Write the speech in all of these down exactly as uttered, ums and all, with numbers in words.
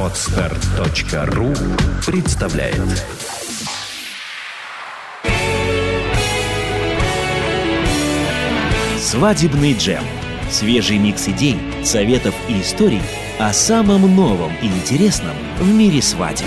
Подстер точка ру представляет. Свадебный джем. Свежий микс идей, советов и историй о самом новом и интересном в мире свадеб.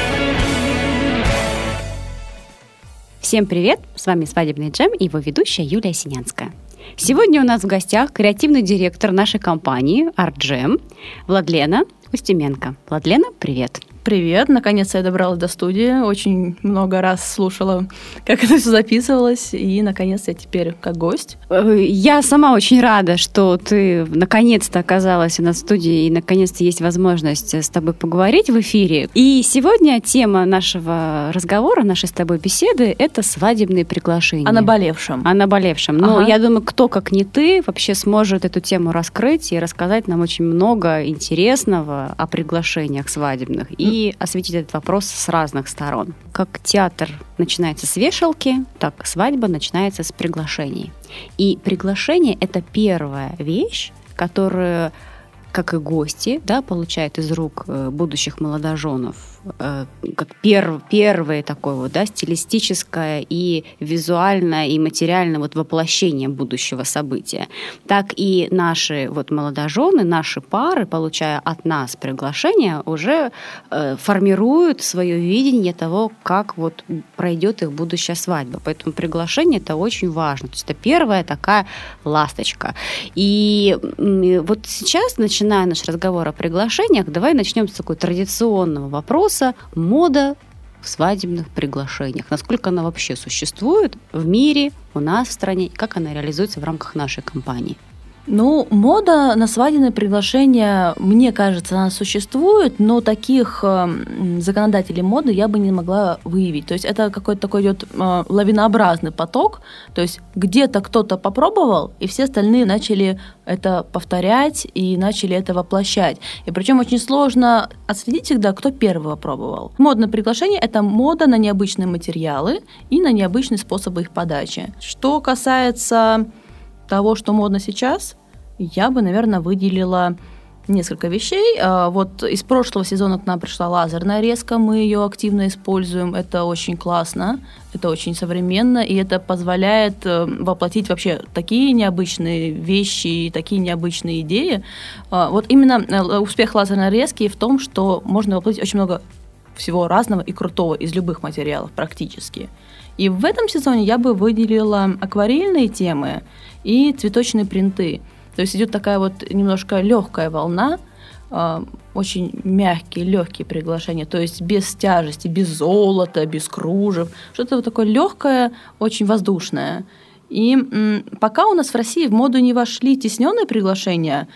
Всем привет! С вами «Свадебный джем» и его ведущая Юлия Синянская. Сегодня у нас в гостях креативный директор нашей компании «Арт-джем» Владлена Устименко. Владлена, привет! Привет! Наконец-то я добралась до студии. Очень много раз слушала, как это все записывалось, и наконец-то я теперь как гость. Я сама очень рада, что ты наконец-то оказалась у нас в студии, и наконец-то есть возможность с тобой поговорить в эфире. И сегодня тема нашего разговора, нашей с тобой беседы — это свадебные приглашения. О наболевшем. О наболевшем. Но ага. я думаю, кто, как не ты, вообще сможет эту тему раскрыть и рассказать нам очень много интересного о приглашениях свадебных. И и осветить этот вопрос с разных сторон. Как театр начинается с вешалки, так свадьба начинается с приглашений. И приглашение — это первая вещь, которую, как и гости, да, получают из рук будущих молодоженов, как перв, первое такое вот, да, стилистическое и визуальное, и материальное вот воплощение будущего события. Так и наши вот молодожены, наши пары, получая от нас приглашение, уже э, формируют свое видение того, как вот пройдет их будущая свадьба. Поэтому приглашение — это очень важно. То есть это первая такая ласточка. И э, вот сейчас, начиная наш разговор о приглашениях, давай начнем с такого традиционного вопроса: мода в свадебных приглашениях. Насколько она вообще существует в мире, у нас в стране, и как она реализуется в рамках нашей компании? Ну, мода на свадебные приглашения, мне кажется, она существует, но таких э, законодателей моды я бы не могла выявить. То есть это какой-то такой идет э, лавинообразный поток, то есть где-то кто-то попробовал, и все остальные начали это повторять и начали это воплощать. И причем очень сложно отследить всегда, кто первый попробовал. Модное приглашение — это мода на необычные материалы и на необычные способы их подачи. Что касается того, что модно сейчас, я бы, наверное, выделила несколько вещей. Вот из прошлого сезона к нам пришла лазерная резка, мы ее активно используем, это очень классно, это очень современно, и это позволяет воплотить вообще такие необычные вещи, такие необычные идеи. Вот именно успех лазерной резки в том, что можно воплотить очень много всего разного и крутого из любых материалов практически. И в этом сезоне я бы выделила акварельные темы и цветочные принты. То есть идет такая вот немножко легкая волна, э, очень мягкие, легкие приглашения, то есть без тяжести, без золота, без кружев, что-то вот такое легкое, очень воздушное. И м, пока у нас в России в моду не вошли тесненные приглашения,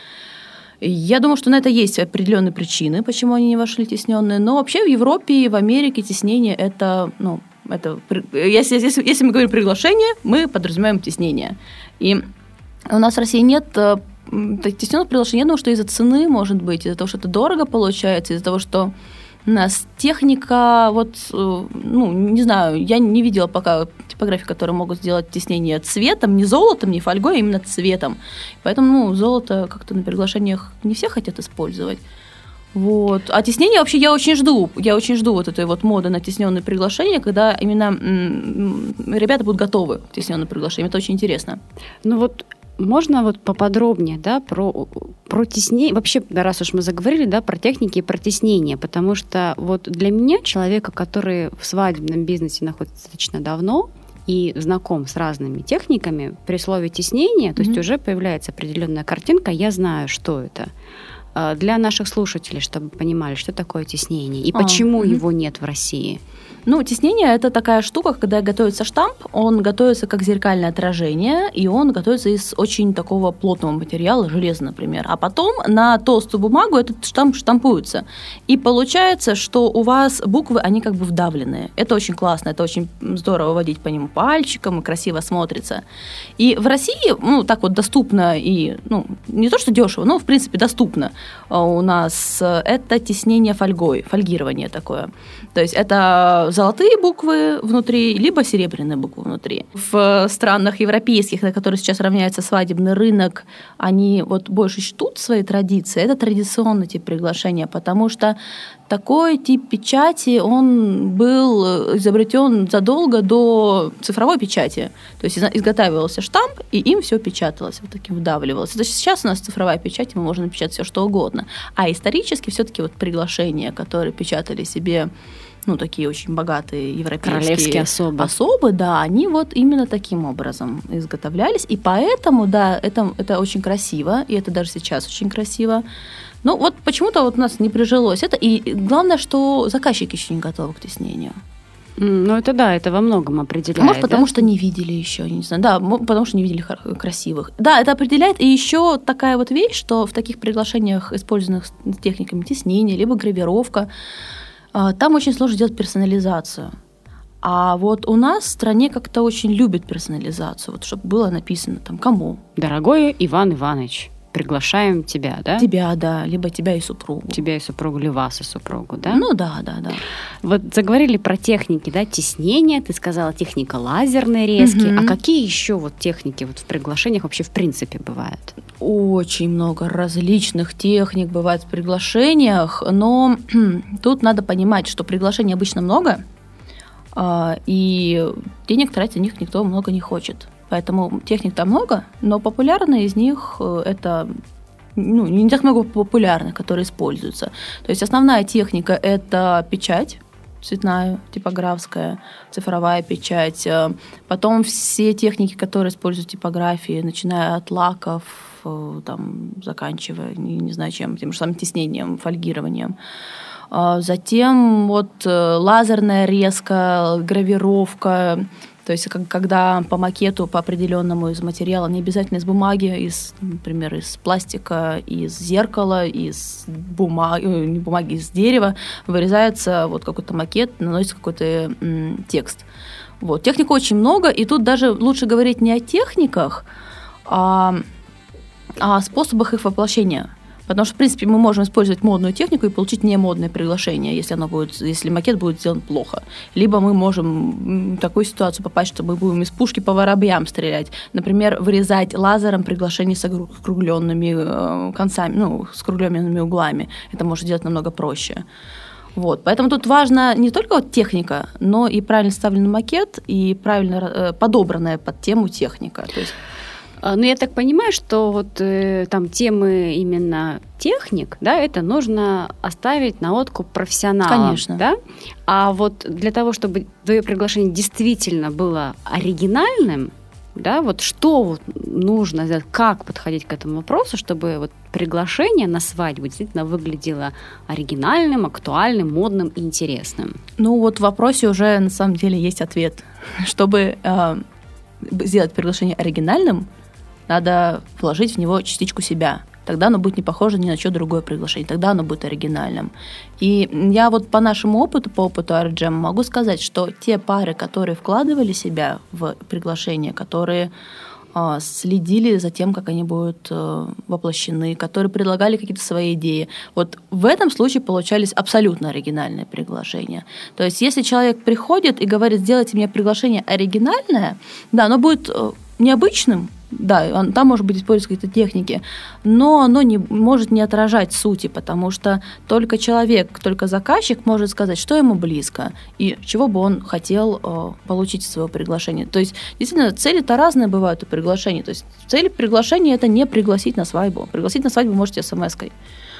я думаю, что на это есть определенные причины, почему они не вошли тесненные, но вообще в Европе и в Америке теснение это, ну, это, если, если, если мы говорим приглашение, мы подразумеваем теснение. И у нас в России нет тесненных приглашений. Я думаю, что из-за цены, может быть, из-за того, что это дорого получается, из-за того, что у нас техника, вот, ну, не знаю, я не видела пока типографии, которые могут сделать теснение цветом, не золотом, не фольгой, а именно цветом. Поэтому, ну, золото как-то на приглашениях не все хотят использовать. Вот. А теснение вообще я очень жду. Я очень жду вот этой вот моды на тесненные приглашения, когда именно м- м- ребята будут готовы к тесненным приглашениям. Это очень интересно. Ну вот можно вот поподробнее, да, про, про теснение, вообще, да, раз уж мы заговорили, да, про техники и про теснение, потому что вот для меня, человека, который в свадебном бизнесе находится достаточно давно и знаком с разными техниками, при слове теснение, то mm-hmm. есть уже появляется определенная картинка, я знаю, что это. Для наших слушателей, чтобы понимали, что такое теснение и а, почему угу. его нет в России. Ну, теснение – это такая штука, когда готовится штамп, он готовится как зеркальное отражение, и он готовится из очень такого плотного материала, железа, например. А потом на толстую бумагу этот штамп штампуется. И получается, что у вас буквы, они как бы вдавленные. Это очень классно, это очень здорово водить по нему пальчиком, и красиво смотрится. И в России, ну, так вот доступно и, ну, не то что дешево, но, в принципе, доступно у нас это тиснение фольгой, фольгирование такое. То есть это золотые буквы внутри, либо серебряные буквы внутри. В странах европейских, на которые сейчас равняется свадебный рынок, они вот больше чтут свои традиции. Это традиционный тип приглашения, потому что такой тип печати, он был изобретен задолго до цифровой печати. То есть изготавливался штамп, и им все печаталось, вот таким вдавливалось. То есть сейчас у нас цифровая печать, мы можем напечатать все что угодно. А исторически все-таки вот приглашения, которые печатали себе, ну, такие очень богатые европейские королевские особы. особы, да, они вот именно таким образом изготовлялись. И поэтому, да, это, это очень красиво, и это даже сейчас очень красиво. Ну, вот почему-то вот у нас не прижилось это. И главное, что заказчики еще не готовы к тиснению. Mm, ну, это да, это во многом определяет. Может, потому да? что не видели еще, не знаю. Да, потому что не видели красивых. Да, это определяет. И еще такая вот вещь, что в таких приглашениях, использованных техниками тиснения, либо гравировка, там очень сложно делать персонализацию. А вот у нас в стране как-то очень любят персонализацию, вот, чтобы было написано там кому. Дорогой Иван Иванович, приглашаем тебя, да? Тебя, да, либо тебя и супругу. Тебя и супругу, или вас и супругу, да? Ну да, да, да. Вот заговорили про техники, да, теснения, ты сказала, техника лазерной резки. Mm-hmm. А какие еще вот техники вот в приглашениях вообще в принципе бывают? Очень много различных техник бывает в приглашениях, но тут надо понимать, что приглашений обычно много, и денег тратить на них никто много не хочет. Поэтому техник там много, но популярные из них это, ну, не так много популярных, которые используются. То есть основная техника – это печать цветная, типографская, цифровая печать. Потом все техники, которые используют типографии, начиная от лаков, там, заканчивая, не, не знаю чем, тем же самым тиснением, фольгированием. Затем вот лазерная резка, гравировка. То есть, когда по макету, по определенному из материала, не обязательно из бумаги, из, например, из пластика, из зеркала, из бумаги, не бумаги, из дерева, вырезается вот какой-то макет, наносится какой-то м, текст. Вот. Техник очень много, и тут даже лучше говорить не о техниках, а о способах их воплощения. Потому что, в принципе, мы можем использовать модную технику и получить немодное приглашение, если оно будет, если макет будет сделан плохо. Либо мы можем в такую ситуацию попасть, что мы будем из пушки по воробьям стрелять. Например, вырезать лазером приглашение с округленными концами, ну, с округленными углами. Это может делать намного проще. Вот. Поэтому тут важна не только вот техника, но и правильно составленный макет, и правильно подобранная под тему техника. То есть Ну, я так понимаю, что вот э, там темы именно техник, да, это нужно оставить на откуп профессионалам. Конечно. Да? А вот для того, чтобы твое приглашение действительно было оригинальным, да, вот что вот нужно сделать, как подходить к этому вопросу, чтобы вот приглашение на свадьбу действительно выглядело оригинальным, актуальным, модным и интересным? Ну, вот в вопросе уже на самом деле есть ответ. Чтобы э, сделать приглашение оригинальным, надо вложить в него частичку себя. Тогда оно будет не похоже ни на что другое приглашение. Тогда оно будет оригинальным. И я вот по нашему опыту, по опыту ар джи эм могу сказать, что те пары, которые вкладывали себя в приглашение, которые э, следили за тем, как они будут э, воплощены, которые предлагали какие-то свои идеи, вот в этом случае получались абсолютно оригинальные приглашения. То есть если человек приходит и говорит, сделайте мне приглашение оригинальное, да, оно будет э, необычным, да, там, может быть, используются какие-то техники, но оно не, может не отражать сути, потому что только человек, только заказчик может сказать, что ему близко и чего бы он хотел э, получить из своего приглашения. То есть, действительно, цели-то разные бывают у приглашений. То есть, цель приглашения – это не пригласить на свадьбу. Пригласить на свадьбу можете смс-кой.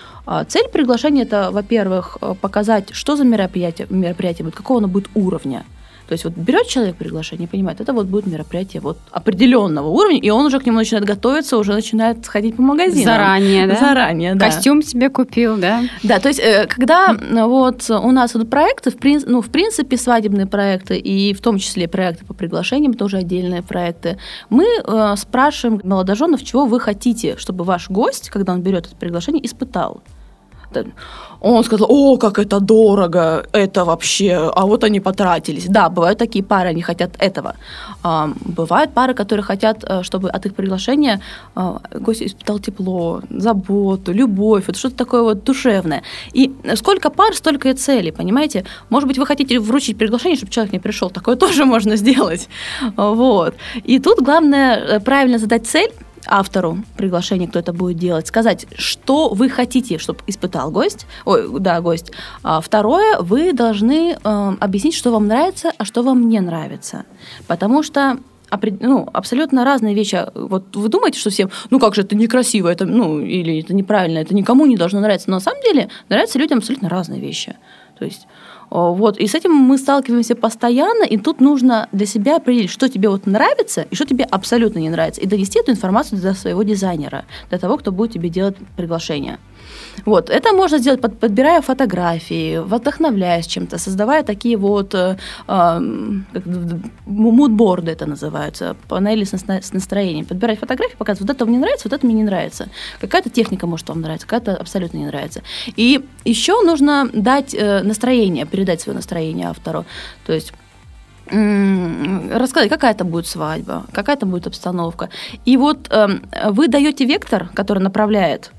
А цель приглашения – это, во-первых, показать, что за мероприятие, мероприятие будет, какого оно будет уровня. То есть вот берет человек приглашение и понимает, это вот будет мероприятие вот определенного уровня, и он уже к нему начинает готовиться, уже начинает ходить по магазинам. Заранее, да? Заранее, да. Костюм себе купил, да? Да, то есть когда вот у нас идут проекты, ну, в принципе, свадебные проекты, и в том числе проекты по приглашениям, тоже отдельные проекты, мы спрашиваем молодоженов, чего вы хотите, чтобы ваш гость, когда он берет это приглашение, испытал. Он сказал, о, как это дорого, это вообще, а вот они потратились. Да, бывают такие пары, они хотят этого. А, бывают пары, которые хотят, чтобы от их приглашения а, гость испытал тепло, заботу, любовь, вот что-то такое вот душевное. И сколько пар, столько и целей, понимаете? Может быть, вы хотите вручить приглашение, чтобы человек не пришел, такое тоже можно сделать. Вот. И тут главное правильно задать цель автору приглашения, кто это будет делать, сказать, что вы хотите, чтобы испытал гость. Ой, да, гость. А второе, вы должны э, объяснить, что вам нравится, а что вам не нравится. Потому что ну, абсолютно разные вещи. Вот вы думаете, что всем, ну как же, это некрасиво, это, ну, или это неправильно, это никому не должно нравиться. Но на самом деле нравятся людям абсолютно разные вещи. То есть вот. И с этим мы сталкиваемся постоянно, и тут нужно для себя определить, что тебе вот нравится и что тебе абсолютно не нравится, и донести эту информацию до своего дизайнера, для того, кто будет тебе делать приглашение. Вот. Это можно сделать, под, подбирая фотографии, вдохновляясь чем-то, создавая такие вот э, э, мудборды, это называется, панели с, с настроением. Подбирать фотографии, показывать, вот это мне нравится, вот это мне не нравится. Какая-то техника может вам нравиться, какая-то абсолютно не нравится. И еще нужно дать э, настроение, передать свое настроение автору. То есть рассказать, какая это будет свадьба, какая это будет обстановка. И вот э, вы даете вектор, который направляет,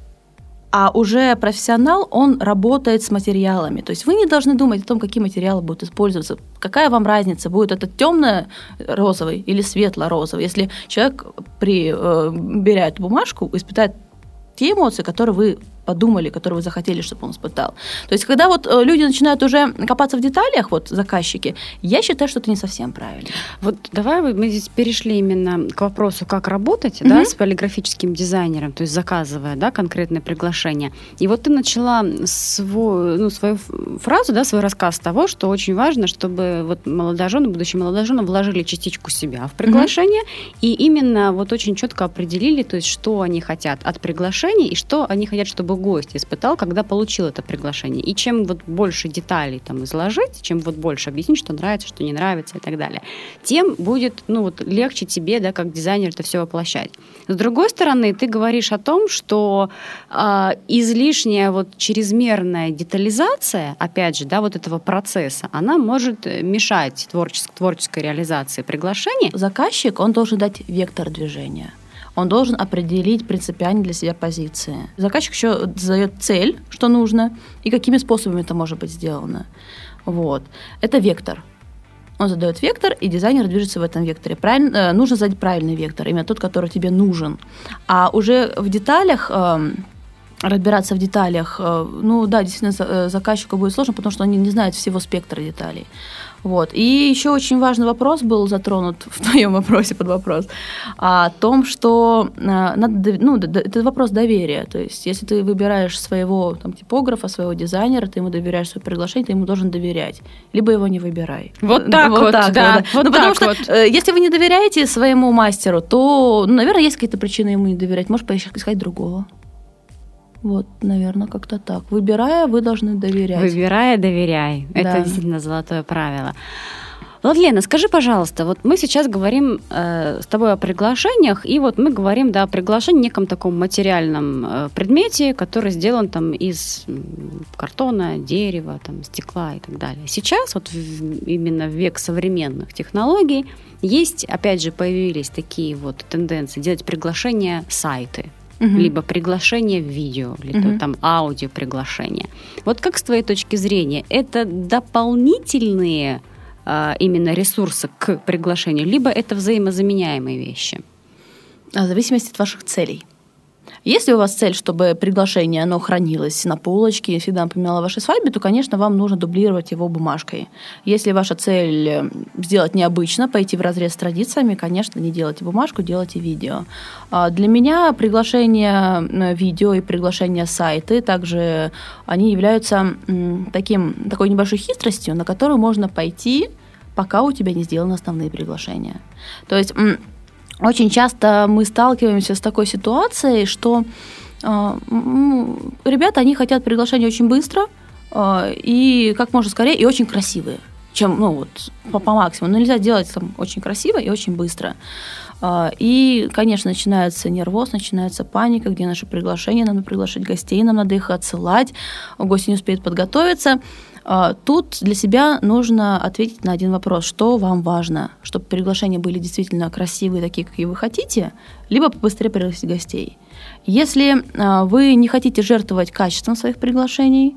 а уже профессионал, он работает с материалами. То есть вы не должны думать о том, какие материалы будут использоваться. Какая вам разница, будет это темно-розовый или светло-розовый. Если человек, при, э, беря эту бумажку, испытает те эмоции, которые вы подумали, которые вы захотели, чтобы он испытал. То есть, когда вот люди начинают уже копаться в деталях, вот заказчики, я считаю, что это не совсем правильно. Вот давай мы здесь перешли именно к вопросу, как работать, mm-hmm. да, с полиграфическим дизайнером, то есть заказывая, да, конкретное приглашение. И вот ты начала свой, ну, свою фразу, да, свой рассказ с того, что очень важно, чтобы вот молодожены, будущие молодожены вложили частичку себя в приглашение mm-hmm. и именно вот очень четко определили, то есть, что они хотят от приглашения и что они хотят, чтобы гость испытал, когда получил это приглашение. И чем вот больше деталей там изложить, чем вот больше объяснить, что нравится, что не нравится и так далее, тем будет, ну, вот, легче тебе, да, как дизайнер, это все воплощать. С другой стороны, ты говоришь о том, что э, излишняя вот чрезмерная детализация, опять же, да, вот этого процесса, она может мешать творческой, творческой реализации приглашения. Заказчик, он должен дать вектор движения. Он должен определить принципиально для себя позиции. Заказчик еще задает цель, что нужно, и какими способами это может быть сделано. Вот. Это вектор. Он задает вектор, и дизайнер движется в этом векторе. Правильно, э, нужно задать правильный вектор, именно тот, который тебе нужен. А уже в деталях... Э, разбираться в деталях, э, ну да, действительно, заказчику будет сложно, потому что он не, не знает всего спектра деталей. Вот. И еще очень важный вопрос был затронут в твоем вопросе под вопрос о том, что э, надо, ну, это вопрос доверия. То есть, если ты выбираешь своего там, типографа, своего дизайнера, ты ему доверяешь свое приглашение, ты ему должен доверять. Либо его не выбирай. Вот так вот, вот так, да. да. Вот ну, потому так что, вот. э, если вы не доверяете своему мастеру, то, ну, наверное, есть какие-то причины ему не доверять. Может, поискать другого. Вот, наверное, как-то так. Выбирая, вы должны доверять. Выбирая, доверяй. Да. Это действительно золотое правило. Владлена, скажи, пожалуйста, вот мы сейчас говорим э, с тобой о приглашениях, и вот мы говорим, да, о приглашении, неком таком материальном э, предмете, который сделан там из картона, дерева, там, стекла и так далее. Сейчас, вот в, именно в век современных технологий, есть, опять же, появились такие вот тенденции делать приглашения сайты. Uh-huh. Либо приглашение в видео, либо uh-huh. там аудиоприглашение. Вот как с твоей точки зрения, это дополнительные а, именно ресурсы к приглашению, либо это взаимозаменяемые вещи? В зависимости от ваших целей. Если у вас цель, чтобы приглашение оно хранилось на полочке и всегда напоминало о вашей свадьбе, то, конечно, вам нужно дублировать его бумажкой. Если ваша цель сделать необычно, пойти вразрез с традициями, конечно, не делайте бумажку, делайте видео. Для меня приглашение видео и приглашение сайты также они являются таким, такой небольшой хитростью, на которую можно пойти, пока у тебя не сделаны основные приглашения. То есть... Очень часто мы сталкиваемся с такой ситуацией, что э, ребята, они хотят приглашения очень быстро э, и как можно скорее, и очень красивые, чем, ну, вот, по, по максимуму. Но нельзя делать там очень красиво и очень быстро. И, конечно, начинается нервоз, начинается паника, где наше приглашение, нам надо приглашать гостей, нам надо их отсылать, гости не успеют подготовиться. Тут для себя нужно ответить на один вопрос, что вам важно, чтобы приглашения были действительно красивые, такие, какие вы хотите, либо побыстрее пригласить гостей. Если вы не хотите жертвовать качеством своих приглашений,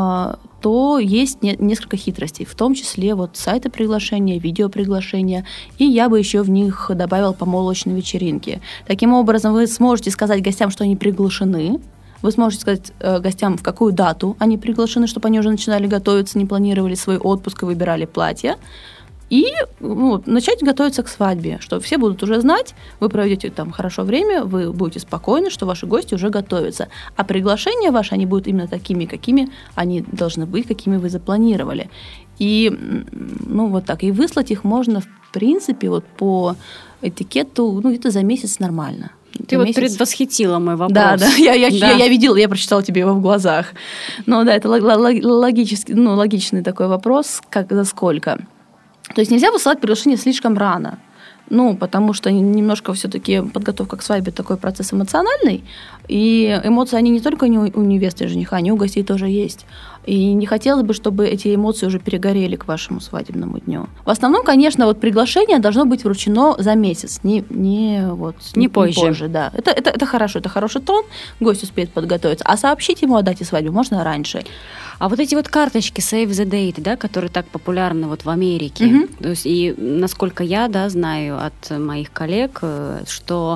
то есть несколько хитростей, в том числе вот сайты приглашения, видео приглашения, и я бы еще в них добавила помолвочные вечеринки. Таким образом, вы сможете сказать гостям, что они приглашены, вы сможете сказать э, гостям, в какую дату они приглашены, чтобы они уже начинали готовиться, не планировали свой отпуск и выбирали платье. И ну, начать готовиться к свадьбе, что все будут уже знать, вы проведете там хорошо время, вы будете спокойны, что ваши гости уже готовятся. А приглашения ваши, они будут именно такими, какими они должны быть, какими вы запланировали. И, ну, вот так. И выслать их можно, в принципе, вот по этикету, ну, где-то за месяц нормально. Ты вот месяц... предвосхитила мой вопрос. Да, да, я, я, да. я, я видела, я прочитала тебе его в глазах. Ну да, это логический, ну, логичный такой вопрос, как за сколько. То есть нельзя высылать приглашение слишком рано. Ну, потому что немножко все-таки подготовка к свадьбе такой процесс эмоциональный, и эмоции, они не только у невесты и жениха, они у гостей тоже есть. И не хотелось бы, чтобы эти эмоции уже перегорели к вашему свадебному дню. В основном, конечно, вот приглашение должно быть вручено за месяц, не, не, вот, не, не позже. позже да. это, это, это хорошо, это хороший тон, гость успеет подготовиться, а сообщить ему о дате свадьбы можно раньше. А вот эти вот карточки Save the Date, да, которые так популярны вот в Америке, mm-hmm. то есть, и насколько я, да, знаю от моих коллег, что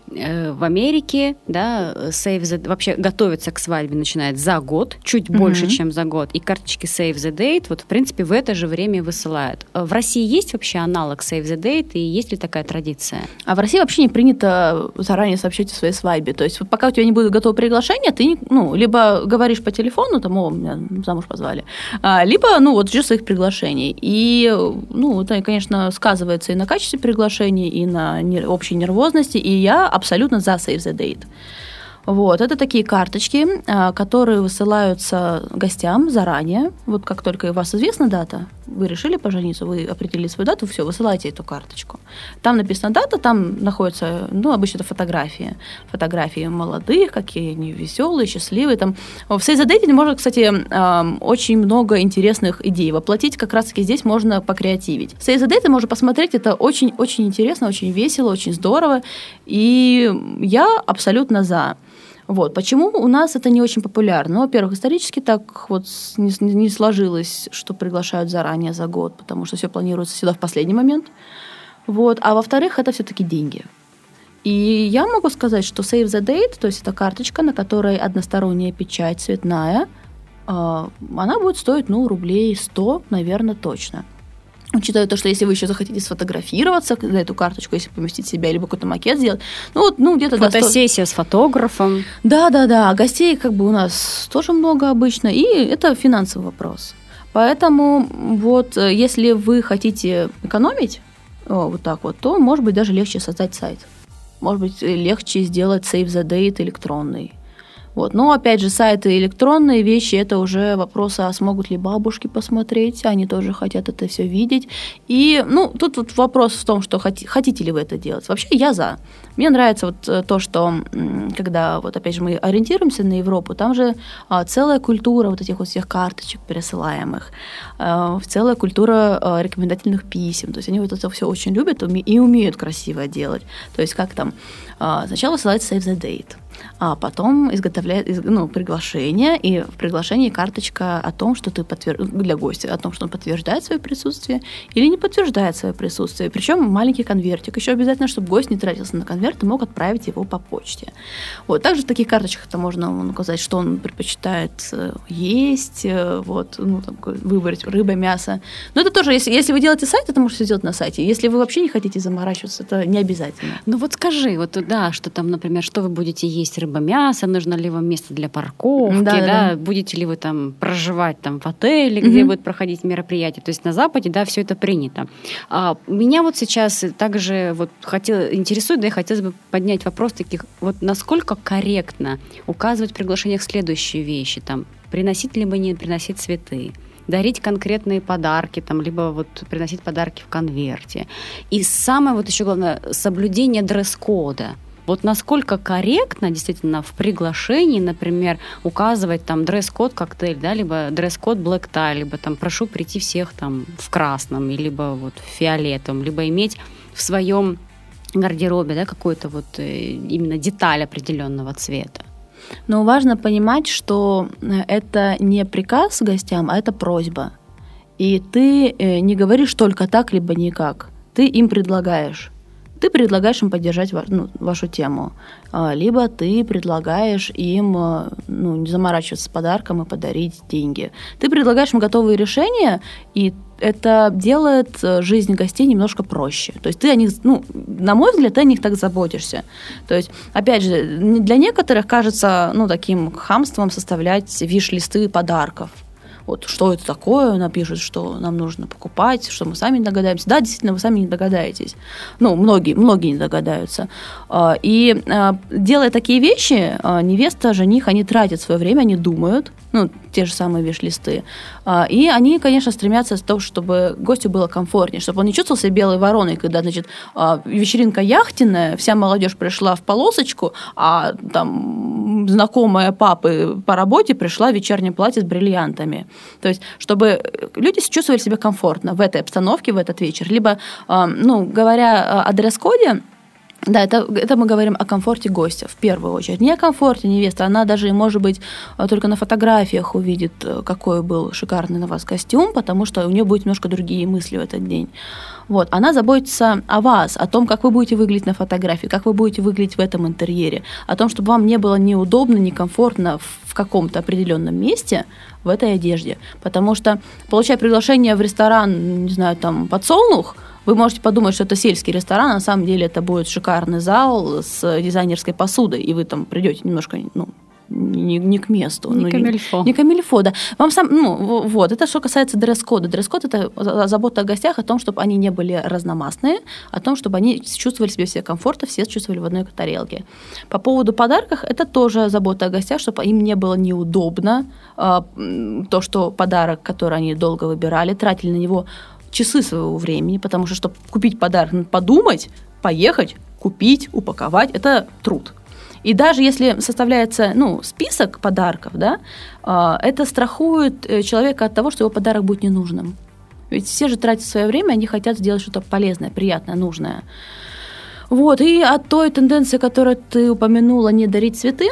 в Америке, да, Save the, вообще готовиться к свадьбе начинает за год, чуть mm-hmm. больше, чем за год, и карточки Save the Date вот, в принципе, в это же время высылают. В России есть вообще аналог Save the Date, и есть ли такая традиция? А в России вообще не принято заранее сообщать о своей свадьбе, то есть вот пока у тебя не будет готово приглашение, ты, ну, либо говоришь по телефону, там, о, меня замуж позвали, либо, ну, вот ждешь своих приглашений, и, ну, это, конечно, сказывается и на качестве приглашений, и на общей нервозности, и я абсолютно за Save the Date. Вот. Это такие карточки, которые высылаются гостям заранее. Вот как только у вас известна дата, вы решили пожениться, вы определили свою дату, все, высылайте эту карточку. Там написана дата, там находятся, ну, обычно это фотографии. Фотографии молодых, какие они веселые, счастливые. Там. В Save the Date можно, кстати, очень много интересных идей воплотить. Как раз-таки здесь можно покреативить. Save the Date можно посмотреть, это очень-очень интересно, очень весело, очень здорово. И я абсолютно за. Вот. Почему у нас это не очень популярно? Ну, во-первых, исторически так вот не, не сложилось, что приглашают заранее за год, потому что все планируется всегда в последний момент. Вот. А во-вторых, это все-таки деньги. И я могу сказать, что Save the Date, то есть это карточка, на которой односторонняя печать цветная, она будет стоить, ну, рублей сто, наверное, точно. Учитывая то, что если вы еще захотите сфотографироваться на эту карточку, если поместить себя, либо какой-то макет сделать, ну вот, ну где-то... Фотосессия да, сто... с фотографом. Да-да-да, гостей как бы у нас тоже много обычно, и это финансовый вопрос. Поэтому вот если вы хотите экономить о, вот так вот, то, может быть, даже легче создать сайт. Может быть, легче сделать Save the Date электронный. Вот. Но, опять же, сайты электронные вещи, это уже вопрос, а смогут ли бабушки посмотреть, они тоже хотят это все видеть. И, ну, тут вот вопрос в том, что хоти, хотите ли вы это делать. Вообще я за. Мне нравится вот то, что, когда, вот опять же, мы ориентируемся на Европу, там же а, целая культура вот этих вот всех карточек пересылаемых, а, целая культура а, рекомендательных писем. То есть они вот это все очень любят и умеют красиво делать. То есть как там, а, сначала высылается Save the Date, а потом изготовляет ну, приглашение, и в приглашении карточка о том, что ты подтвер... для гостя, о том, что он подтверждает свое присутствие или не подтверждает свое присутствие. Причем маленький конвертик. Еще обязательно, чтобы гость не тратился на конверт и мог отправить его по почте. Вот. Также в таких карточках это можно указать, что он предпочитает есть, вот, ну, там, выбрать рыба, мясо. Но это тоже, если, если вы делаете сайт, это можете сделать на сайте. Если вы вообще не хотите заморачиваться, это не обязательно. Ну вот скажи, вот да, что там, например, что вы будете есть, рыба, мясо, нужно ли вам место для парковки, да, да, да. будете ли вы там проживать там в отеле, где mm-hmm. будет проходить мероприятие. То есть на Западе, да, все это принято. А меня вот сейчас также вот хотела, интересует, да, и хотелось бы поднять вопрос таких, вот насколько корректно указывать в приглашениях следующие вещи, там, приносить либо не приносить цветы, дарить конкретные подарки, там, либо вот приносить подарки в конверте. И самое вот еще главное, соблюдение дресс-кода. Вот насколько корректно действительно в приглашении, например, указывать там дресс-код коктейль, да, либо дресс-код black tie, либо там прошу прийти всех там в красном, либо вот в фиолетовом, либо иметь в своем гардеробе, да, какую-то вот именно деталь определенного цвета. Но важно понимать, что это не приказ гостям, а это просьба. И ты не говоришь только так, либо никак. Ты им предлагаешь. Ты предлагаешь им поддержать ну, вашу тему, либо ты предлагаешь им ну, не заморачиваться с подарком и подарить деньги. Ты предлагаешь им готовые решения, и это делает жизнь гостей немножко проще. То есть ты о них, ну, на мой взгляд, ты о них так заботишься. То есть, опять же, для некоторых кажется ну, таким хамством составлять виш-листы подарков. Вот что это такое, напишут, что нам нужно покупать, что мы сами не догадаемся. Да, действительно, вы сами не догадаетесь. Ну, многие, многие не догадаются. И делая такие вещи, невеста, жених, они тратят свое время, они думают, ну, те же самые виш-листы. И они, конечно, стремятся к тому, чтобы гостю было комфортнее, чтобы он не чувствовал себя белой вороной, когда, значит, вечеринка яхтенная, вся молодежь пришла в полосочку, а там знакомая папы по работе пришла в вечернем платье с бриллиантами. То есть, чтобы люди чувствовали себя комфортно в этой обстановке, в этот вечер. Либо, ну, говоря о дресс-коде, да, это, это мы говорим о комфорте гостя в первую очередь. Не о комфорте невесты, она даже, может быть, только на фотографиях увидит, какой был шикарный на вас костюм, потому что у нее будут немножко другие мысли в этот день. Вот. Она заботится о вас, о том, как вы будете выглядеть на фотографии, как вы будете выглядеть в этом интерьере, о том, чтобы вам не было неудобно, некомфортно в каком-то определенном месте в этой одежде. Потому что, получая приглашение в ресторан, не знаю, там, «Подсолнух», вы можете подумать, что это сельский ресторан, а на самом деле это будет шикарный зал с дизайнерской посудой, и вы там придете немножко, ну, не, не к месту. Не ну, камильфо. Не, не камильфо, да. Вам сам, ну, вот, это что касается дресс-кода. Дресс-код – это забота о гостях, о том, чтобы они не были разномастные, о том, чтобы они чувствовали себя все комфортно, все чувствовали в одной тарелке. По поводу подарков – это тоже забота о гостях, чтобы им не было неудобно то, что подарок, который они долго выбирали, тратили на него часы своего времени, потому что, чтобы купить подарок, надо подумать, поехать, купить, упаковать – это труд. И даже если составляется ну, список подарков, да, это страхует человека от того, что его подарок будет ненужным. Ведь все же тратят свое время, они хотят сделать что-то полезное, приятное, нужное. Вот. И от той тенденции, которую ты упомянула, не дарить цветы,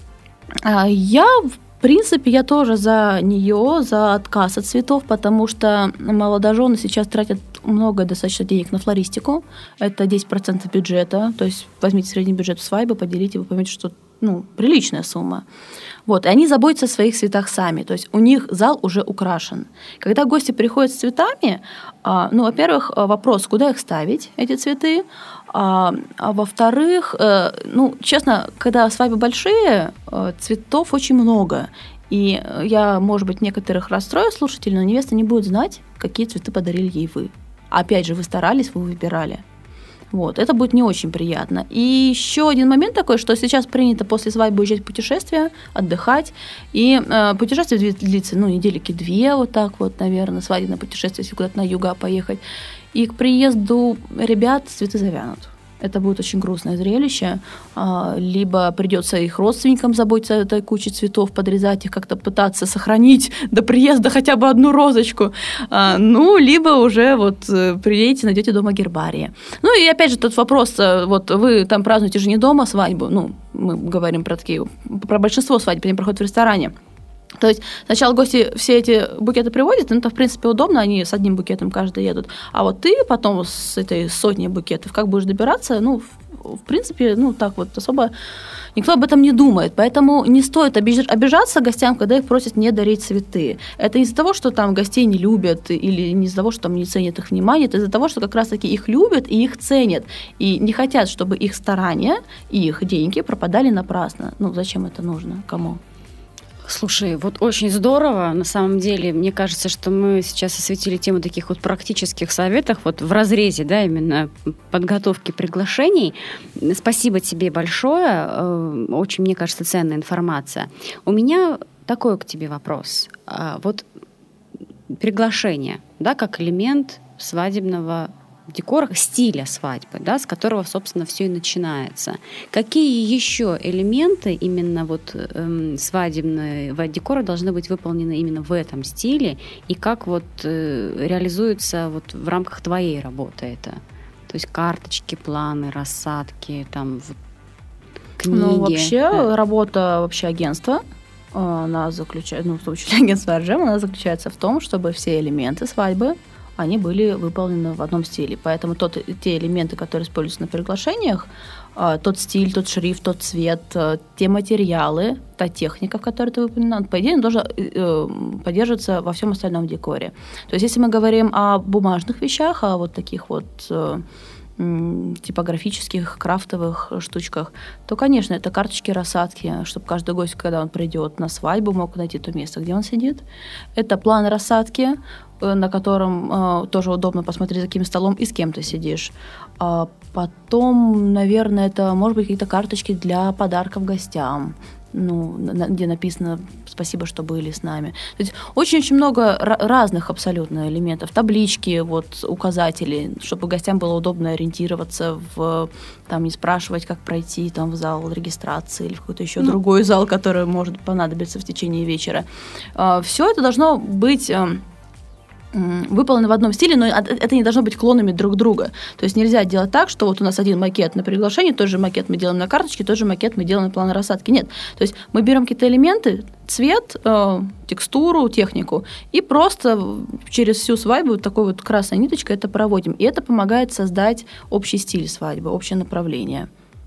я, в принципе, я тоже за нее, за отказ от цветов, потому что молодожены сейчас тратят много достаточно денег на флористику. Это десять процентов бюджета. То есть возьмите средний бюджет свадьбы, поделите, вы поймете, что ну, приличная сумма. Вот. И они заботятся о своих цветах сами. То есть у них зал уже украшен. Когда гости приходят с цветами, ну, во-первых, вопрос, куда их ставить, эти цветы. А, а во-вторых, ну, честно, когда свадьбы большие, цветов очень много. И я, может быть, некоторых расстрою слушателей, но невеста не будет знать, какие цветы подарили ей вы. Опять же, вы старались, вы выбирали. Вот, это будет не очень приятно. И еще один момент такой, что сейчас принято после свадьбы уезжать в путешествие, отдыхать. И э, путешествие длится, ну, недельки две, вот так вот, наверное, свадебное путешествие, если куда-то на юга поехать. И к приезду ребят цветы завянут. Это будет очень грустное зрелище. Либо придется их родственникам заботиться о этой куче цветов, подрезать их, как-то пытаться сохранить до приезда хотя бы одну розочку. Ну, либо уже вот приедете, найдете дома гербарии. Ну, и опять же тот вопрос, вот вы там празднуете же не дома свадьбу, ну, мы говорим про такие, про большинство свадеб, они проходят в ресторане. То есть сначала гости все эти букеты приводят, ну, это, в принципе, удобно, они с одним букетом каждый едут. А вот ты потом с этой сотней букетов как будешь добираться, ну, в, в принципе, ну, так вот особо никто об этом не думает. Поэтому не стоит обижаться гостям, когда их просят не дарить цветы. Это не из-за того, что там гостей не любят, или не из-за того, что там не ценят их внимание, это из-за того, что как раз-таки их любят и их ценят. И не хотят, чтобы их старания и их деньги пропадали напрасно. Ну, зачем это нужно? Кому? Слушай, вот очень здорово, на самом деле. Мне кажется, что мы сейчас осветили тему таких вот практических советов, вот в разрезе, да, именно подготовки приглашений. Спасибо тебе большое. Очень, мне кажется, ценная информация. У меня такой к тебе вопрос. Вот приглашение, да, как элемент свадебного декора, стиля свадьбы, да, с которого, собственно, все и начинается. Какие еще элементы именно вот эм, свадебного декора должны быть выполнены именно в этом стиле, и как вот э, реализуется вот в рамках твоей работы это? То есть карточки, планы, рассадки, там, вот, книги. Ну, вообще, да. работа вообще агентства, она заключается, ну, в том числе агентство Арджем, она заключается в том, чтобы все элементы свадьбы, они были выполнены в одном стиле. Поэтому тот, те элементы, которые используются на приглашениях, тот стиль, тот шрифт, тот цвет, те материалы, та техника, в которой ты выполнена, по идее, должна поддерживаться во всем остальном декоре. То есть, если мы говорим о бумажных вещах, о вот таких вот типографических, крафтовых штучках, то, конечно, это карточки рассадки, чтобы каждый гость, когда он придет на свадьбу, мог найти то место, где он сидит. Это план рассадки, на котором э, тоже удобно посмотреть, за каким столом и с кем ты сидишь. А потом, наверное, это, может быть, какие-то карточки для подарков гостям, ну, на, где написано «Спасибо, что были с нами». То есть очень-очень много р- разных абсолютно элементов. Таблички, вот, указатели, чтобы гостям было удобно ориентироваться, в, там, не спрашивать, как пройти там, в зал регистрации или в какой-то еще ну. другой зал, который может понадобиться в течение вечера. А, все это должно быть выполнены в одном стиле, но это не должно быть клонами друг друга. То есть нельзя делать так, что вот у нас один макет на приглашение, тот же макет мы делаем на карточке, тот же макет мы делаем на план рассадки. Нет. То есть мы берем какие-то элементы, цвет, э, текстуру, технику, и просто через всю свадьбу вот такой вот красной ниточкой это проводим. И это помогает создать общий стиль свадьбы, общее направление.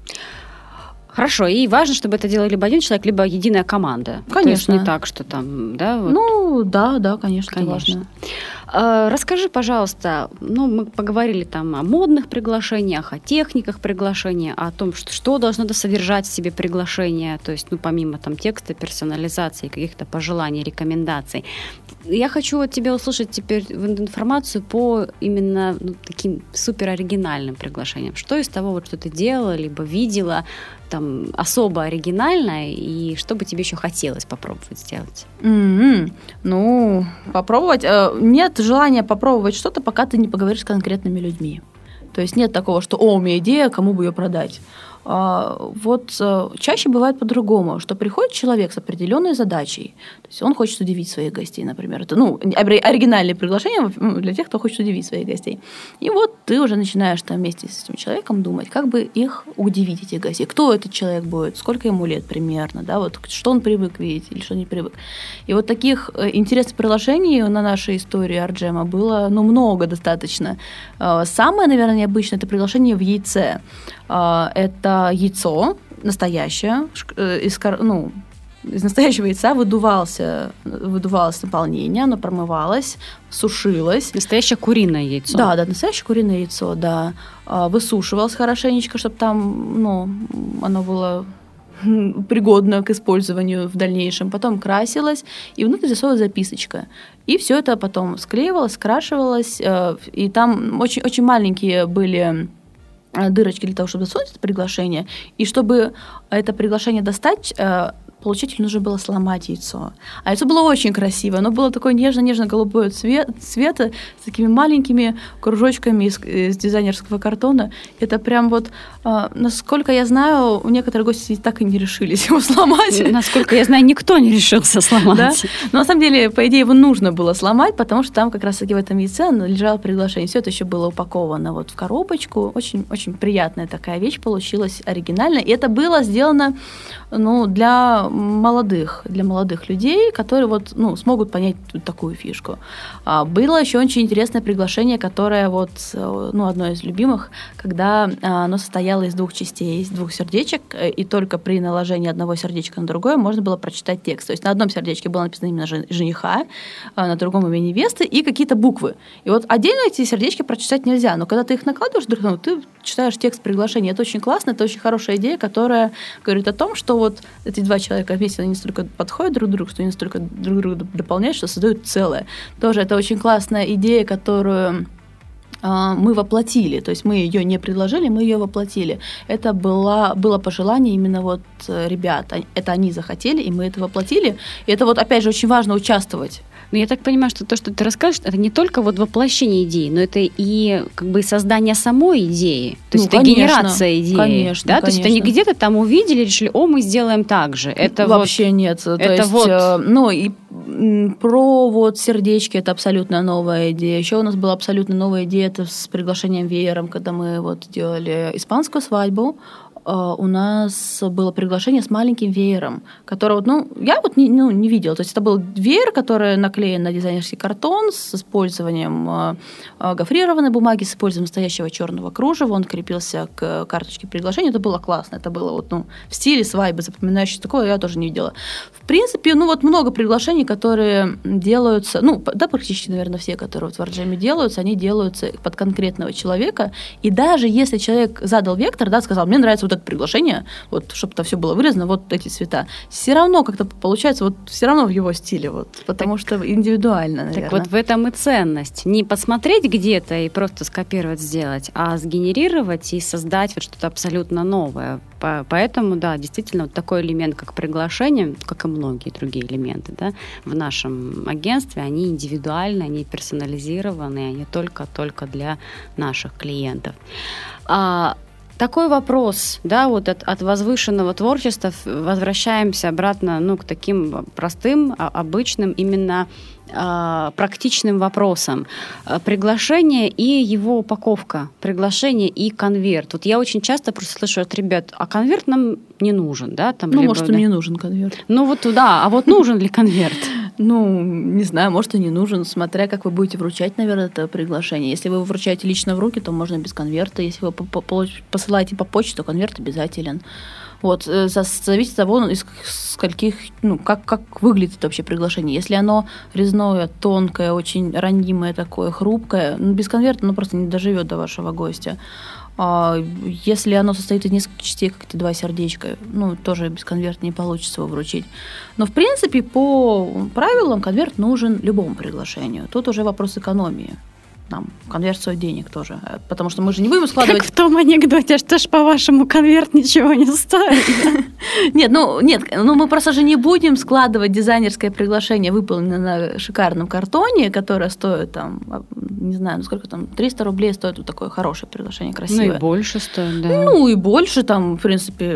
Хорошо, и важно, чтобы это делал либо один человек, либо единая команда. Конечно. То есть не так, что там, да? Вот. Ну, да, да, конечно, конечно. важно. А, расскажи, пожалуйста, ну, мы поговорили там о модных приглашениях, о техниках приглашения, о том, что, что должно содержать в себе приглашение, то есть, ну, помимо там текста, персонализации, каких-то пожеланий, рекомендаций. Я хочу от тебя услышать теперь информацию по именно ну, таким супероригинальным приглашениям. Что из того, вот, что ты делала, либо видела, там, особо оригинальное, и что бы тебе еще хотелось попробовать сделать? Mm-hmm. Ну, попробовать. Нет желания попробовать что-то, пока ты не поговоришь с конкретными людьми. То есть нет такого, что «О, у меня идея, кому бы ее продать». Вот чаще бывает по-другому, что приходит человек с определенной задачей, то есть он хочет удивить своих гостей, например. Это ну, оригинальное приглашение для тех, кто хочет удивить своих гостей. И вот ты уже начинаешь там вместе с этим человеком думать, как бы их удивить, этих гостей. Кто этот человек будет, сколько ему лет примерно, да, вот, что он привык видеть или что не привык. И вот таких интересных приглашений на нашей истории Арджема было ну, много достаточно. Самое, наверное, необычное – это приглашение в яйце. Это яйцо настоящее, из, ну, из настоящего яйца выдувался, выдувалось наполнение, оно промывалось, сушилось. Настоящее куриное яйцо. Да, да, настоящее куриное яйцо, да. Высушивалось хорошенечко, чтобы там, ну, оно было пригодно к использованию в дальнейшем. Потом красилось, и внутри засовывалась записочка. И все это потом склеивалось, скрашивалось, и там очень, очень маленькие были дырочки для того, чтобы засунуть это приглашение. И чтобы это приглашение достать, получателю нужно было сломать яйцо. А яйцо было очень красивое. Оно было такое нежно-нежно-голубое цвет, цвета с такими маленькими кружочками из, из дизайнерского картона. Это прям вот, э, насколько я знаю, у некоторых гостей так и не решились его сломать. Насколько я знаю, никто не решился сломать. Да? Но на самом деле, по идее, его нужно было сломать, потому что там как раз-таки в этом яйце лежало приглашение. Все это еще было упаковано вот в коробочку. Очень, очень приятная такая вещь получилась, оригинальная. И это было сделано ну, для молодых, для молодых людей, которые вот, ну, смогут понять такую фишку. А, было еще очень интересное приглашение, которое вот, ну, одно из любимых, когда а, оно состояло из двух частей, из двух сердечек, и только при наложении одного сердечка на другое можно было прочитать текст. То есть на одном сердечке было написано имя жениха, а на другом имя невесты и какие-то буквы. И вот отдельно эти сердечки прочитать нельзя, но когда ты их накладываешь друг на друга, ты читаешь текст приглашения. Это очень классно, это очень хорошая идея, которая говорит о том, что вот эти два человека вместе, они настолько подходят друг к другу, что они настолько друг друга дополняют, что создают целое. Тоже это очень классная идея, которую э, мы воплотили. То есть мы ее не предложили, мы ее воплотили. Это была, было пожелание именно вот ребят. Это они захотели, и мы это воплотили. И это вот, опять же, очень важно участвовать. Ну, я так понимаю, что то, что ты расскажешь, это не только вот воплощение идеи, но это и как бы создание самой идеи. То есть ну, это конечно, генерация идеи. Конечно, да? конечно. То есть это не где-то там увидели, решили, о, мы сделаем так же. Это вообще вот, нет. То это есть, вот... ну, и про вот сердечки это абсолютно новая идея. Еще у нас была абсолютно новая идея это с приглашением веером, когда мы вот делали испанскую свадьбу. У нас было приглашение с маленьким веером, который, ну, я вот не, ну, не видела. То есть это был веер, который наклеен на дизайнерский картон с использованием гофрированной бумаги, с использованием настоящего черного кружева. Он крепился к карточке приглашения. Это было классно. Это было вот, ну, в стиле свадьбы, запоминающееся. Такого я тоже не видела. В принципе, ну, вот много приглашений, которые делаются, ну, да, практически, наверное, все, которые вот в Арджеме делаются, они делаются под конкретного человека. И даже если человек задал вектор, да, сказал, мне нравится вот это приглашение, вот, чтобы это все было вырезано, вот эти цвета, все равно как-то получается, вот все равно в его стиле, вот, потому так, что индивидуально, наверное. Так вот в этом и ценность. Не посмотреть где-то и просто скопировать, сделать, а сгенерировать и создать вот что-то абсолютно новое. Поэтому, да, действительно, вот такой элемент, как приглашение, как и многие другие элементы, да, в нашем агентстве, они индивидуальны, они персонализированы, они только-только для наших клиентов. А, Такой вопрос, да, вот от, от возвышенного творчества возвращаемся обратно, ну, к таким простым, обычным, именно э, практичным вопросам. Приглашение и его упаковка, приглашение и конверт. Вот я очень часто просто слышу от ребят, а конверт нам не нужен, да? Там, ну, либо, может, да. и не нужен конверт. Ну, вот, да, а вот нужен ли конверт? Ну, не знаю, может, и не нужен, смотря как вы будете вручать, наверное, это приглашение. Если вы вручаете лично в руки, то можно без конверта. Если вы посылаете по почте, то конверт обязателен. Вот, зависит от того, из скольких, ну, как, как выглядит вообще приглашение. Если оно резное, тонкое, очень ранимое такое, хрупкое, ну, без конверта оно просто не доживет до вашего гостя. Если оно состоит из нескольких частей, как эти два сердечка, ну, тоже без конверта не получится его вручить. Но, в принципе, по правилам конверт нужен любому приглашению. Тут уже вопрос экономии. Там, конверт стоит денег тоже. Потому что мы же не будем складывать... Как в том анекдоте, что ж, по-вашему, конверт ничего не стоит. Нет, ну, нет, ну мы просто же не будем складывать дизайнерское приглашение, выполненное на шикарном картоне, которое стоит, там, не знаю, ну сколько там, триста рублей стоит вот такое хорошее приглашение, красивое. Ну и больше стоит, да. Ну и больше, там, в принципе,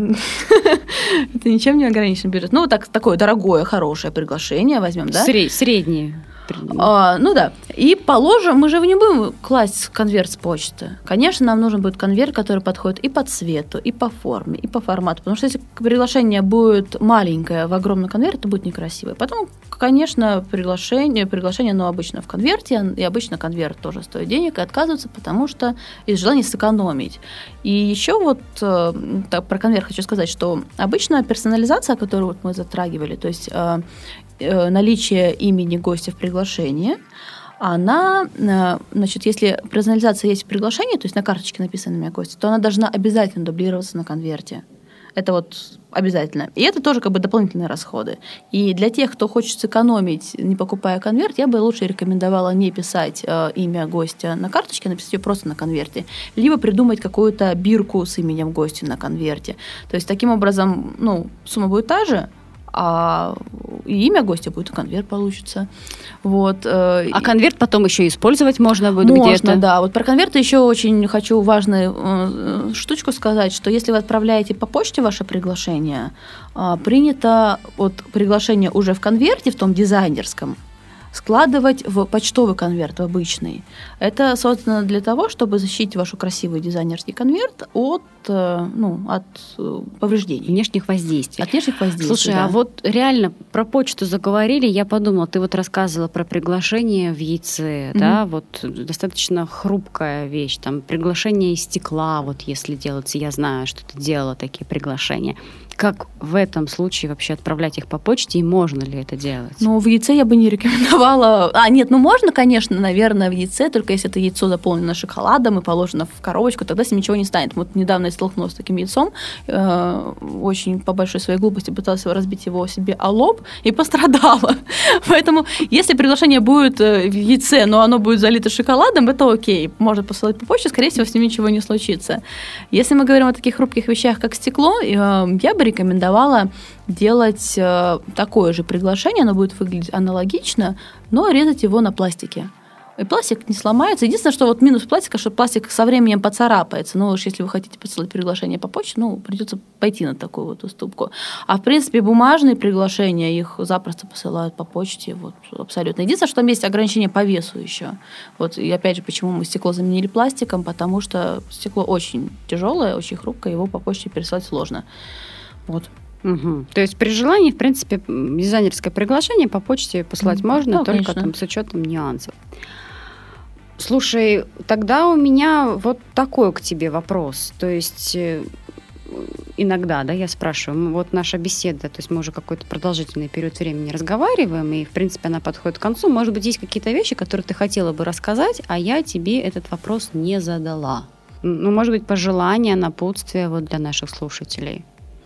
это ничем не ограничен бюджет. Ну, так, такое дорогое, хорошее приглашение возьмем, да? Среднее. А, ну да. И положим, мы же не будем класть конверт с почты. Конечно, нам нужен будет конверт, который подходит и по цвету, и по форме, и по формату. Потому что если приглашение будет маленькое в огромном конверте, это будет некрасиво. Потом, конечно, приглашение, приглашение, оно обычно в конверте, и обычно конверт тоже стоит денег, и отказываются, потому что из желания сэкономить. И еще вот так, про конверт хочу сказать, что обычно персонализация, которую вот мы затрагивали, то есть наличие имени гостя в приглашении, она, значит, если персонализация есть в приглашении, то есть на карточке написано имя гостя, то она должна обязательно дублироваться на конверте. Это вот обязательно. И это тоже как бы дополнительные расходы. И для тех, кто хочет сэкономить, не покупая конверт, я бы лучше рекомендовала не писать э, имя гостя на карточке, а написать ее просто на конверте. Либо придумать какую-то бирку с именем гостя на конверте. То есть таким образом, ну, сумма будет та же, а имя гостя будет, и конверт получится. Вот. А конверт потом еще использовать можно будет можно, где-то? Можно, да. Вот про конверты еще очень хочу важную штучку сказать, что если вы отправляете по почте ваше приглашение, принято вот приглашение уже в конверте, в том дизайнерском, складывать в почтовый конверт, в обычный. Это создано для того, чтобы защитить ваш красивый дизайнерский конверт от, ну, от повреждений. Внешних воздействий. От внешних воздействий, Слушай, да. а вот реально про почту заговорили, я подумала, ты вот рассказывала про приглашение в яйце, mm-hmm. да, вот достаточно хрупкая вещь, там, приглашение из стекла, вот если делается, я знаю, что ты делала такие приглашения. Как в этом случае вообще отправлять их по почте, и можно ли это делать? Ну, в яйце я бы не рекомендовала. А, нет, ну можно, конечно, наверное, в яйце, только если это яйцо заполнено шоколадом и положено в коробочку, тогда с ним ничего не станет. Вот недавно я столкнулась с таким яйцом, э, очень по большой своей глупости пыталась разбить его себе о лоб и пострадала. Поэтому, если приглашение будет в яйце, но оно будет залито шоколадом, это окей. Можно посылать по почте, скорее всего, с ним ничего не случится. Если мы говорим о таких хрупких вещах, как стекло, э, я бы рекомендовала делать э, такое же приглашение, оно будет выглядеть аналогично, но резать его на пластике. И пластик не сломается. Единственное, что вот минус пластика, что пластик со временем поцарапается. Ну, уж если вы хотите посылать приглашение по почте, ну, придется пойти на такую вот уступку. А, в принципе, бумажные приглашения, их запросто посылают по почте, вот, абсолютно. Единственное, что там есть ограничение по весу еще. Вот, и опять же, почему мы стекло заменили пластиком, потому что стекло очень тяжелое, очень хрупкое, его по почте переслать сложно. Вот. Угу. То есть при желании, в принципе, дизайнерское приглашение по почте послать mm-hmm. можно, да, только там, с учетом нюансов. Слушай, тогда у меня вот такой к тебе вопрос. То есть иногда, да, я спрашиваю, вот наша беседа, то есть мы уже какой-то продолжительный период времени разговариваем, и, в принципе, она подходит к концу. Может быть, есть какие-то вещи, которые ты хотела бы рассказать, а я тебе этот вопрос не задала. Ну, может быть, пожелания, напутствия вот для наших слушателей.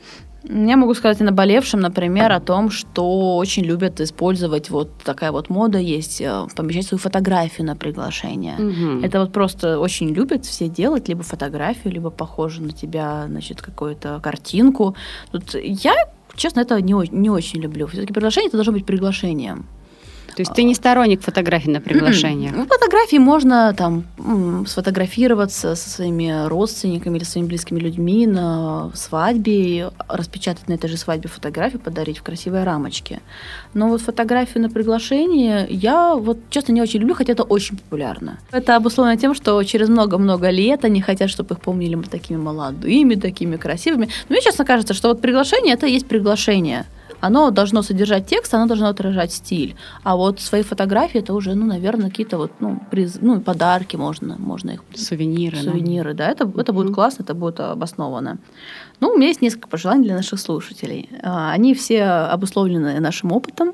Я могу сказать о наболевшем, например, о том, что очень любят использовать, вот такая вот мода есть, помещать свою фотографию на приглашение. Угу. Это вот просто очень любят все делать, либо фотографию, либо похожую на тебя, значит, какую-то картинку. Тут я, честно, это не, не очень люблю. Все-таки приглашение это должно быть приглашением. То есть ты не сторонник фотографий на приглашениях? В фотографии можно там сфотографироваться со своими родственниками или своими близкими людьми на свадьбе, распечатать на этой же свадьбе фотографию, подарить в красивой рамочке. Но вот фотографию на приглашение я вот честно не очень люблю, хотя это очень популярно. Это обусловлено тем, что через много-много лет они хотят, чтобы их помнили такими молодыми, такими красивыми. Но мне честно кажется, что вот приглашение – это и есть приглашение. Оно должно содержать текст, оно должно отражать стиль. А вот свои фотографии, это уже, ну, наверное, какие-то вот, ну, приз, ну подарки можно, можно их... Сувениры. Сувениры, да, да это, это будет классно, это будет обосновано. Ну, у меня есть несколько пожеланий для наших слушателей. Они все обусловлены нашим опытом,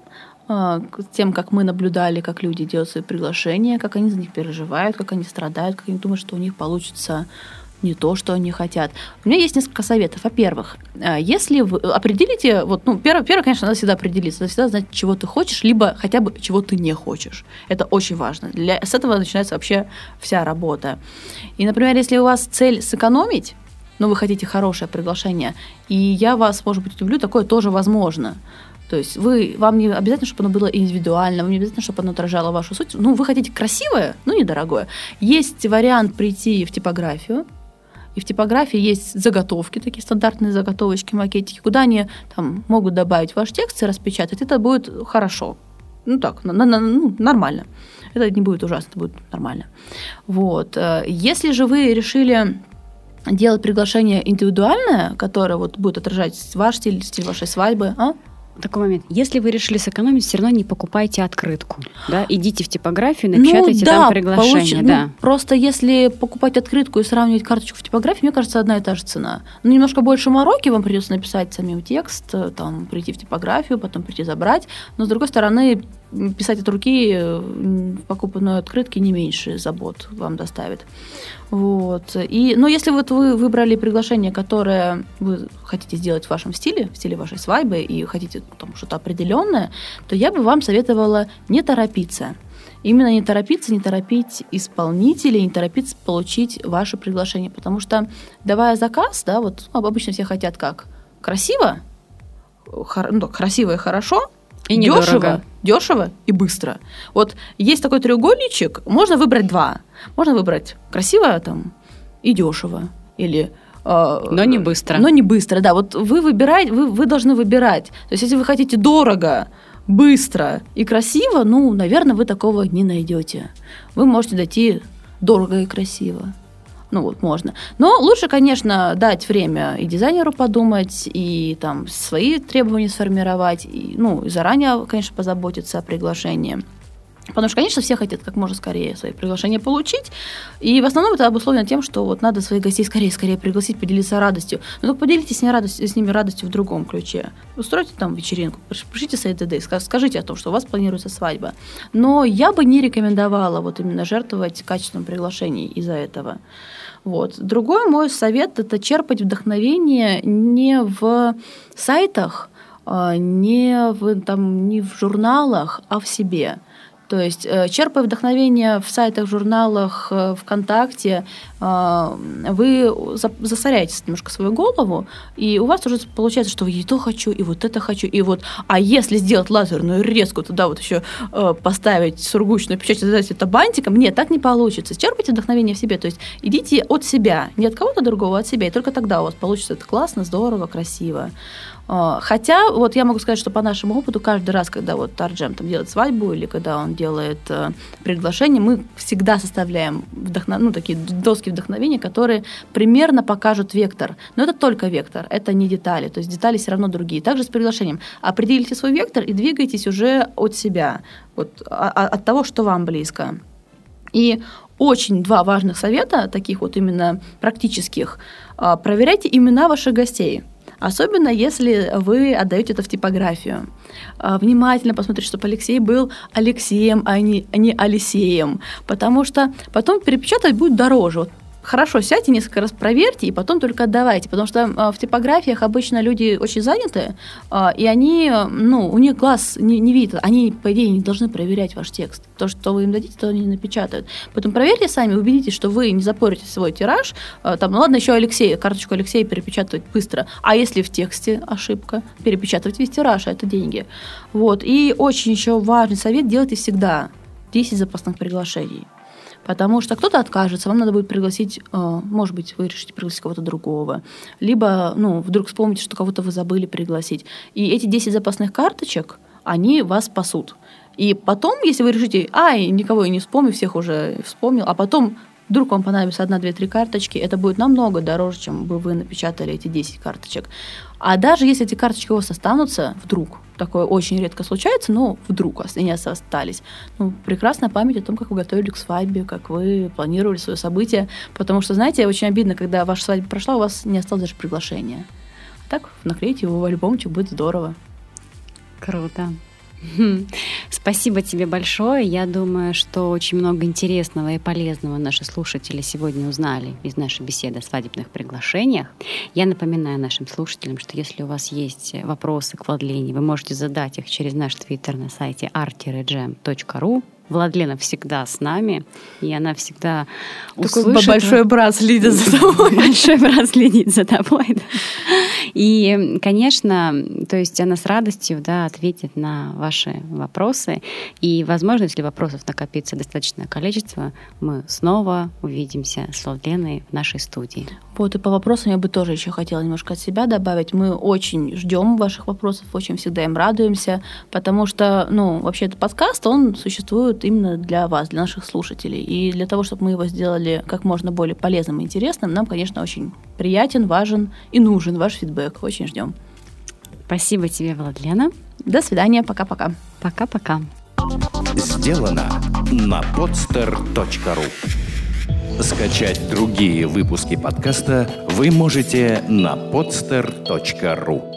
тем, как мы наблюдали, как люди делают свои приглашения, как они за них переживают, как они страдают, как они думают, что у них получится не то, что они хотят. У меня есть несколько советов. Во-первых, если вы определите, вот, ну, первое, первое, конечно, надо всегда определиться, надо всегда знать, чего ты хочешь, либо хотя бы чего ты не хочешь. Это очень важно. Для, с этого начинается вообще вся работа. И, например, если у вас цель сэкономить, но вы хотите хорошее приглашение, и я вас, может быть, удивлю, такое тоже возможно. То есть вы, вам не обязательно, чтобы оно было индивидуально, вам не обязательно, чтобы оно отражало вашу суть. Ну, вы хотите красивое, но недорогое. Есть вариант прийти в типографию, и в типографии есть заготовки, такие стандартные заготовочки, макетики, куда они там могут добавить ваш текст и распечатать. Это будет хорошо. Ну так, на, на, ну, нормально. Это не будет ужасно, это будет нормально. Вот. Если же вы решили делать приглашение индивидуальное, которое вот будет отражать ваш стиль, стиль вашей свадьбы, а? Такой момент. Если вы решили сэкономить, все равно не покупайте открытку. Да? Идите в типографию, напечатайте ну, да, там приглашение. Получ... Да. Ну, просто если покупать открытку и сравнивать карточку в типографии, мне кажется, одна и та же цена. Ну, немножко больше мороки, вам придется написать самим текст, там, прийти в типографию, потом прийти забрать. Но, с другой стороны, писать от руки в покупанной открытке не меньше забот вам доставит. Вот. И, но если вот вы выбрали приглашение, которое вы хотите сделать в вашем стиле, в стиле вашей свадьбы, и хотите там, что-то определенное, то я бы вам советовала не торопиться. Именно не торопиться, не торопить исполнителей, не торопиться получить ваше приглашение. Потому что, давая заказ, да, вот обычно все хотят как? Красиво, хор, ну, красиво и хорошо, и дешево, дешево и быстро. Вот есть такой треугольничек, можно выбрать два. Можно выбрать красиво там, и дешево. Или, э, но не быстро. Но не быстро, да. Вот вы выбираете, вы, вы должны выбирать. То есть, если вы хотите дорого, быстро и красиво, ну, наверное, вы такого не найдете. Вы можете дойти дорого и красиво. Ну вот, можно. Но лучше, конечно, дать время и дизайнеру подумать, и там свои требования сформировать, и, ну, и заранее, конечно, позаботиться о приглашении. Потому что, конечно, все хотят как можно скорее свои приглашения получить. И в основном это обусловлено тем, что вот надо своих гостей скорее-скорее пригласить, поделиться радостью. Но только поделитесь с ними радостью, с ними радостью в другом ключе. Устройте там вечеринку, пишите сайт ДД, скажите о том, что у вас планируется свадьба. Но я бы не рекомендовала вот именно жертвовать качеством приглашений из-за этого. Вот. Другой мой совет – это черпать вдохновение не в сайтах, не в, там, не в журналах, а в себе. То есть, э, черпая вдохновение в сайтах, журналах, э, ВКонтакте, э, вы за, засоряете немножко свою голову, и у вас уже получается, что и то хочу, и вот это хочу, и вот, а если сделать лазерную резку, туда вот еще э, поставить сургучную печать, задать это бантиком, нет, так не получится. Черпайте вдохновение в себе, то есть идите от себя, не от кого-то другого, а от себя, и только тогда у вас получится это классно, здорово, красиво. Хотя, вот я могу сказать, что по нашему опыту, каждый раз, когда вот Арджем там делает свадьбу или когда он делает э, приглашение, мы всегда составляем вдохнов... ну, такие доски вдохновения, которые примерно покажут вектор. Но это только вектор, это не детали, то есть детали все равно другие. Также с приглашением. Определите свой вектор и двигайтесь уже от себя, вот, от того, что вам близко. И очень два важных совета, таких вот именно практических. Проверяйте имена ваших гостей. Особенно, если вы отдаете это в типографию. Внимательно посмотрите, чтобы Алексей был Алексеем, а не, а не Алисеем. Потому что потом перепечатать будет дороже. Вот хорошо сядьте, несколько раз проверьте, и потом только отдавайте. Потому что в типографиях обычно люди очень заняты, и они, ну, у них глаз не, не видит. Они, по идее, не должны проверять ваш текст. То, что вы им дадите, то они напечатают. Поэтому проверьте сами, убедитесь, что вы не запорите свой тираж. Там, ну ладно, еще Алексей, карточку Алексея перепечатывать быстро. А если в тексте ошибка, перепечатывать весь тираж, а это деньги. Вот. И очень еще важный совет: делайте всегда десять запасных приглашений. Потому что кто-то откажется, вам надо будет пригласить, может быть, вы решите пригласить кого-то другого, либо, ну, вдруг вспомните, что кого-то вы забыли пригласить. И эти десять запасных карточек, они вас спасут. И потом, если вы решите, ай, никого я не вспомню, всех уже вспомнил, а потом вдруг вам понадобится одна, две, три карточки, это будет намного дороже, чем бы вы напечатали эти десять карточек. А даже если эти карточки у вас останутся, вдруг, такое очень редко случается, но вдруг они остались, ну, прекрасная память о том, как вы готовили к свадьбе, как вы планировали свое событие, потому что, знаете, очень обидно, когда ваша свадьба прошла, у вас не осталось даже приглашения. Так наклейте его в альбомчик, будет здорово. Круто. Спасибо тебе большое. Я думаю, что очень много интересного и полезного наши слушатели сегодня узнали из нашей беседы о свадебных приглашениях. Я напоминаю нашим слушателям, что если у вас есть вопросы к Владлене, вы можете задать их через наш твиттер на сайте арт джем точка ру. Владлена всегда с нами, и она всегда услышит. Такой большой брат следит за тобой. Большой брат следит за тобой, да. И, конечно, то есть она с радостью, да, ответит на ваши вопросы. И, возможно, если вопросов накопится достаточное количество, мы снова увидимся с Владленой в нашей студии. Вот, и по вопросам я бы тоже еще хотела немножко от себя добавить. Мы очень ждем ваших вопросов, очень всегда им радуемся, потому что, ну, вообще этот подкаст, он существует именно для вас, для наших слушателей. И для того, чтобы мы его сделали как можно более полезным и интересным, нам, конечно, очень приятен, важен и нужен ваш фидбэк. Очень ждем. Спасибо тебе, Владлена. До свидания. Пока-пока. Пока-пока. Сделано на подстер точка ру. Скачать другие выпуски подкаста вы можете на подстер точка ру.